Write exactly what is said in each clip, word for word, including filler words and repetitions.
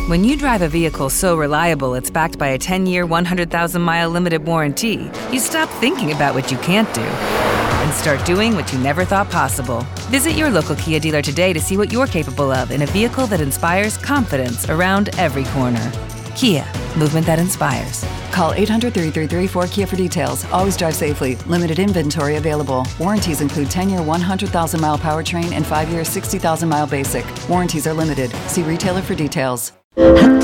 When you drive a vehicle so reliable it's backed by a ten-year, one hundred thousand mile limited warranty, you stop thinking about what you can't do and start doing what you never thought possible. Visit your local Kia dealer today to see what you're capable of in a vehicle that inspires confidence around every corner. Kia, movement that inspires. Call eight hundred, three three three, four Kia for details. Always drive safely. Limited inventory available. Warranties include ten-year, one hundred thousand mile powertrain and five-year, sixty thousand mile basic. Warranties are limited. See retailer for details. A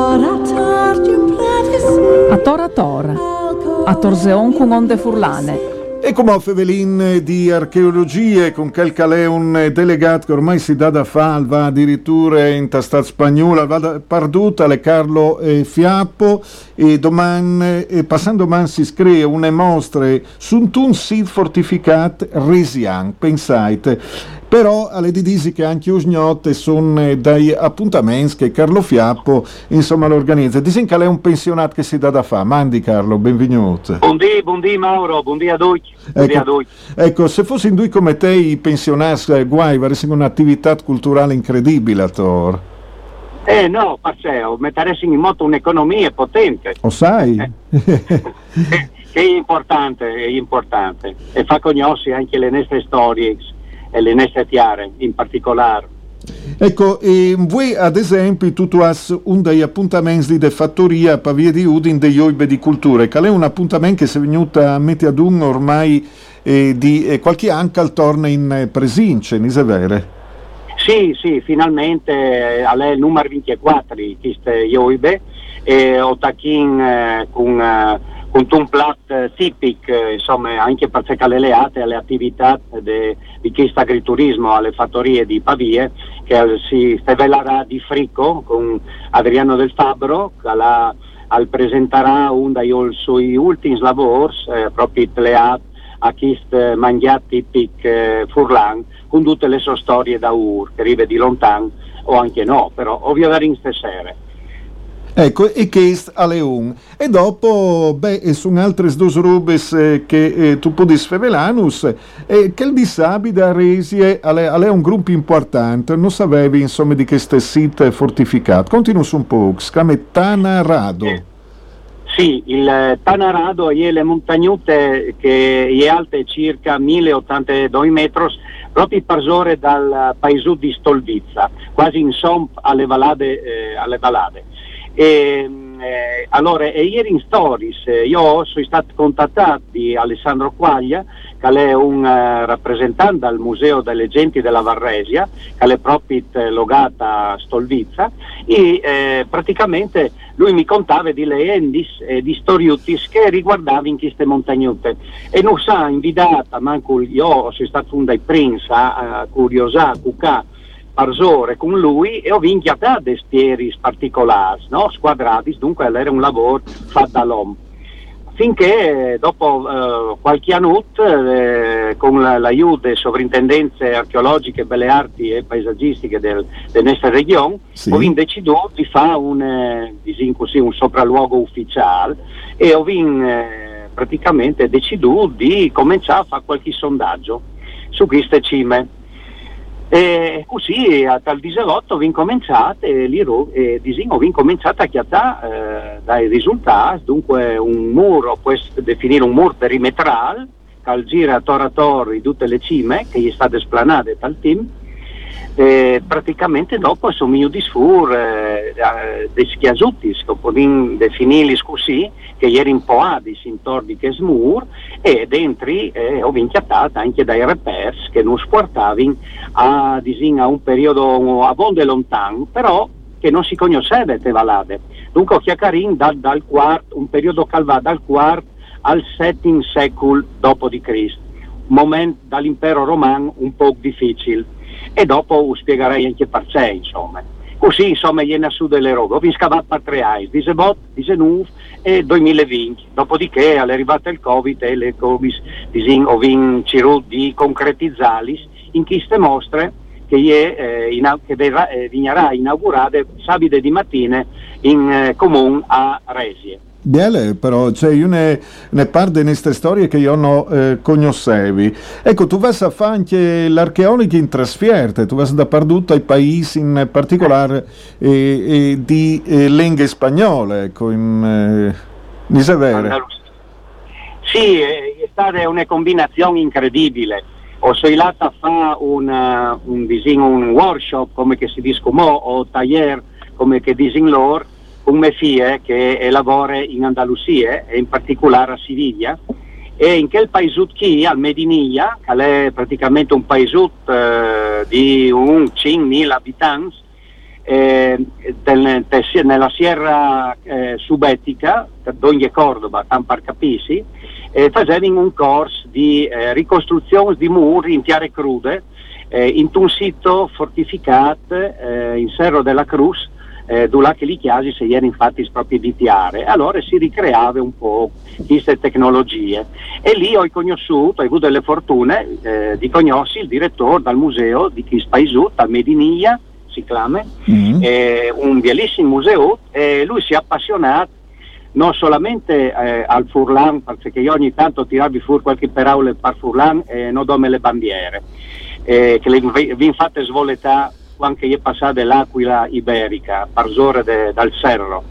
tora tora, a torzeon con onde furlane. E come Fevelin di archeologie con quel calè un delegato che ormai si dà da fa, va addirittura in tastat spagnola, va da Parduta, le Carlo eh, Fiappo, e domani, e passando domani si scrive una mostre su un sito fortificato Resian, pensate. Però alle didisi che anche usgnotte sono dai appuntamenti che Carlo Fiappo insomma lo organizza. Disin che lei è un pensionato che si dà da fa. Mandi Carlo, benvenuto. Buondì, buondì Mauro, buondì a tutti. Ecco, ecco, se fossi in due come te i pensionati eh, guai avresti un'attività culturale incredibile a Tor. Eh no, passeo, metteresti in moto un'economia potente. Lo sai? che è importante, è importante. E fa conoscere anche le nostre storie e le nostre tiare in particolare. Ecco, e voi ad esempio tu hai un degli appuntamenti di fattoria a Pavia di Udin degli Oibe di Cultura, che è un appuntamento che si è venuto a mettere ad un ormai eh, di eh, qualche anno al torna in eh, Presince, non è vero? Sì, sì, finalmente eh, è il numero ventiquattro di queste Oibe e ho tacchin eh, con... Eh, con un plat tipico, insomma, anche perché le leate alle attività de, di questo agriturismo alle fattorie di Pavia, che si svelerà di frico con Adriano del Fabbro, che la, al presenterà un dei suoi ultimi lavori, eh, proprio leat a questo mangiato tipico eh, furlan, con tutte le sue storie da ur, che arriva di lontano o anche no, però ovvio da in stasera. Ecco, e questo a Leon. E dopo, beh, sono altre due rubes eh, che eh, tu puoi svevelanus, e che il disabile da Resie è un gruppo importante, non sapevi insomma di questo sito fortificato. Continua un po', si chiama Tanarado. Eh, sì, il Tanarado è le montagnute che è alte circa mille ottantadue metri, proprio parsore dal paesù di Stolvizza, quasi in somp alle valade. Eh, alle valade. E, eh, allora, e ieri in stories eh, io sono stato contattato di Alessandro Quaglia, che è un uh, rappresentante del Museo delle Genti della Varresia, che è proprio eh, logata a Stolvizza, e eh, praticamente lui mi contava di leendis e di storiutis che riguardavano in queste montagnute, e non sa invitata, manco io sono stato un dei prince a uh, curiosà, cucà parsore con lui, e ho vinchiata dei spieri particolari, no? Squadratis, dunque era un lavoro fatto dall'uomo. Finché dopo eh, qualche anno, eh, con la, l'aiuto delle sovrintendenze archeologiche, belle arti e paesaggistiche del, della nostra regione, sì, ho deciso di fare un, eh, così, un sopralluogo ufficiale, e ho eh, praticamente deciso di cominciare a fare qualche sondaggio su queste cime. E così a tal diselotto vi incominciate e lì e disegno vi incominciate a chiattare eh, dai risultati. Dunque un muro, può definire un muro perimetrale che al gira a tor a tor di tutte le cime che gli state esplanate dal team, e praticamente dopo sono io di sfur eh, dei schiasutis che possiamo definirli così, che ieri un po' adis intorno di che smur, e dentro eh, ho vinchiattata anche dai repers che non sportavano a, a un periodo abbonde lontano, però che non si conosceva te valade. Dunque ho chiaccarin dal, dal quarto, un periodo che va dal quarto al settimo secolo dopo di Cristo, un momento dall'impero romano un po' difficile, e dopo spiegherei anche perché, insomma. Così, insomma, viene su delle robe. Ho scavato per tre anni, diciotto, diciannove e duemilaventi. Dopodiché è arrivato il Covid e le Covid ho vinto di concretizzarli in queste mostre che, è, eh, in, che verrà, eh, vignerà inaugurate sabato di mattina in eh, comune a Resie. Biele, però, cioè io ne, ne parlo di queste storie che io non eh, conoscevi. Ecco, tu vai a fare anche l'archeologo in trasferte, tu vai da perduto ai paesi, in particolare eh, eh, di eh, lingue spagnole, ecco, in eh, Nisevere. Sì, è stata una combinazione incredibile. Ho soilato a fare un, uh, un, disegno, un workshop, come che si dice mo, o taller, come che dicono loro, con mie figlie che lavora in Andalusia e in particolare a Siviglia, e in quel paesut qui, al Medinilla, che è praticamente un paesut eh, di un cinquemila abitanti, eh, del, del, nella Sierra eh, Subetica, d'ogni Cordoba, per capirsi, eh, facevano un corso di eh, ricostruzione di muri in terre crude, eh, in un sito fortificato eh, in Cerro della Cruz, Eh, dove che li chiasi se ieri infatti proprio di tiare, allora si ricreava un po' queste tecnologie e lì ho conosciuto, ho avuto delle fortune eh, di conoscere il direttore del museo di Chis Paesut, al Medinilla si chiama, mm-hmm. eh, un bellissimo museo, e lui si è appassionato non solamente eh, al Furlan, perché io ogni tanto tiravi fuori qualche paraula per Furlan e non dome le bandiere, eh, che le vi infatti svoletà anche io passate l'Aquila Iberica, parzore de, dal Cerro,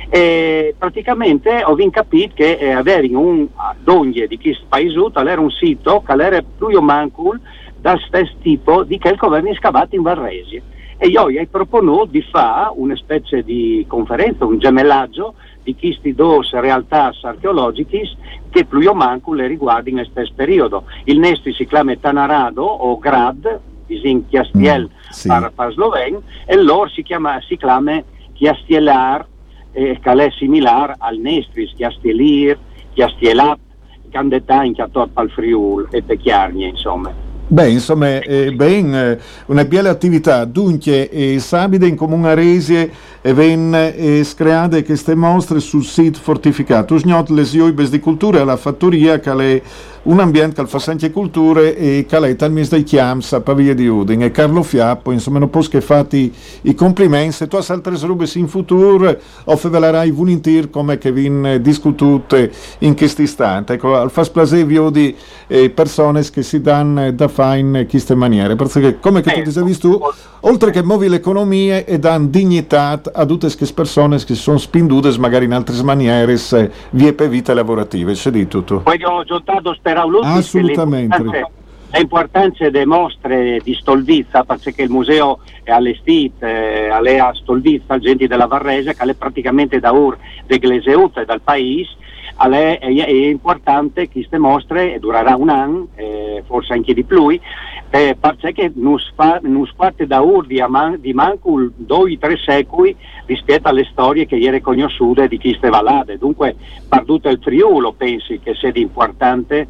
e praticamente ho ben capito che eh, avere un d'ogni di questo paesut era un sito che era più o mancul dal stesso tipo di che il governo scavato in Varresi, e io gli ho proponuto di fare una specie di conferenza, un gemellaggio di queste due realtà archeologiche che più o mancul le riguardano in stesso periodo. Il nestri si chiama Tanarado o Grad, in Chiastiel mm, sì. per, per Sloven, e loro si chiama si chiama Chiastielar, eh, che è similare al Nestris, Chiastielir, Chiastielat, Candetà in Chiatorpa al Friul e Pecchiarnie, insomma. Beh, insomma, eh, ben, eh, una bella attività, dunque, eh, sabide in comune Aresie e ven eh, screate queste mostre sul sito fortificato. Usgnot le sioibes di cultura alla fattoria che è un ambiente che fa sempre culture e che è talmente dai chiams a Pavia di Udine e Carlo Fiappo, insomma, non posso che fatti i complimenti. Se tu hai altre robe in futuro o fevelerai volentieri come che vin discutute in questo istante. Ecco, al fas plaisir di eh, persone che si danno da fare in queste maniere, perché come che tu dicevi tu, oltre che muovi l'economia e danno dignità a tutte queste persone che sono spindute magari in altre maniere vie per vita lavorative, c'è di tutto. Poi ho giocato speravo assolutamente l'importanza delle mostre di Stolvizza, perché il museo è allestito eh, a Stolvizza, gente della Varrese, che è praticamente da ur dell'Egleseut e dal paese. È, è, è importante che queste mostre durerà un anno, eh, forse anche di più, eh, perché non parte da ur di, di manco due o tre secoli rispetto alle storie che ieri conosciute di queste vallate. Dunque, per tutto il Friuli, pensi che sia importante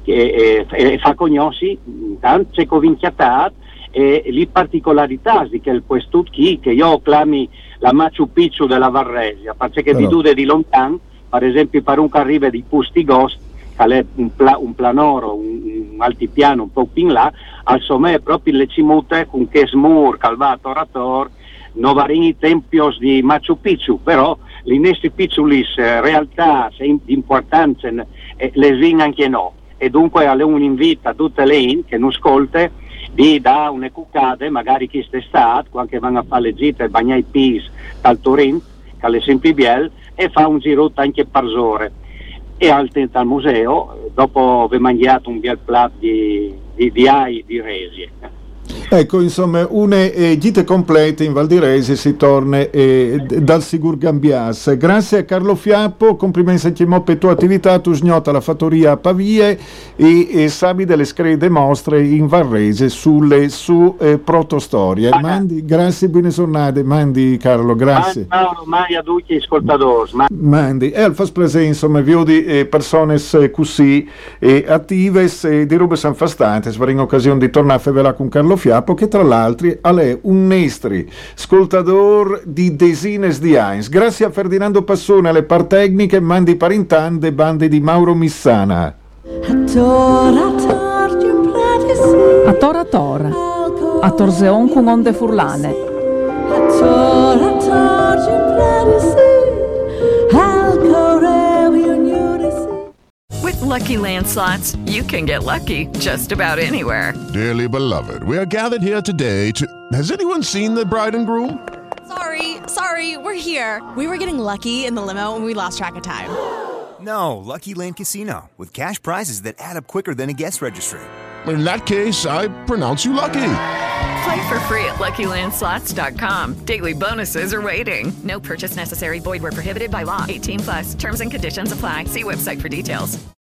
che eh, fa conoscere tante covinchiatate e le particolarità di quel questo qui che io clami la Machu Picchu della Varresia, perché di due di lontano, per esempio per un che arriva di Pustigost, che è un, pla, un planoro, un, un altipiano un po' più in là, al sommet proprio le cimute con che smur, calvato, orator, novarini tempios di Machu Picchu, però l'inesti picciulis eh, realtà di importanza eh, le svin anche no, e dunque è un invito a tutte le in che non ascolte di da une cuccate, magari chi sta stato, quando vanno a fare le gite e bagnare i pis dal Turin, che è sempre biel, e fa un girotto anche per ore. E al, al museo, dopo aver mangiato un bel piatto di, di, di ai di resi. Ecco, insomma, una eh, gite completa in Val di Resi si torna eh, dal Sigur Gambias. Grazie a Carlo Fiappo, complimenti anche per tua attività, tu sgnota la fattoria a Pavie e, e sabi delle screde mostre in Varrese sulle su eh, protostorie. Ah, mandi, grazie, buone giornate, mandi Carlo, grazie. Ciao, mai a tutti gli ascoltatori. Ma... Mandi, e al fas presente, insomma, vi di eh, persone così eh, attive e di robe sanfastanti, svarò in occasione di tornare a fevelà con Carlo Fiappo, che tra l'altro è un nestri ascoltador di Desines di Heinz. Grazie a Ferdinando Passone alle par tecniche, mandi parintande bande di Mauro Missana. A tora tora, a Torseon con onde furlane. A tora tora, Lucky Land Slots, you can get lucky just about anywhere. Dearly beloved, we are gathered here today to... Has anyone seen the bride and groom? Sorry, sorry, we're here. We were getting lucky in the limo and we lost track of time. No, Lucky Land Casino, with cash prizes that add up quicker than a guest registry. In that case, I pronounce you lucky. Play for free at Lucky Land Slots dot com. Daily bonuses are waiting. No purchase necessary. Void where prohibited by law. eighteen plus. Terms and conditions apply. See website for details.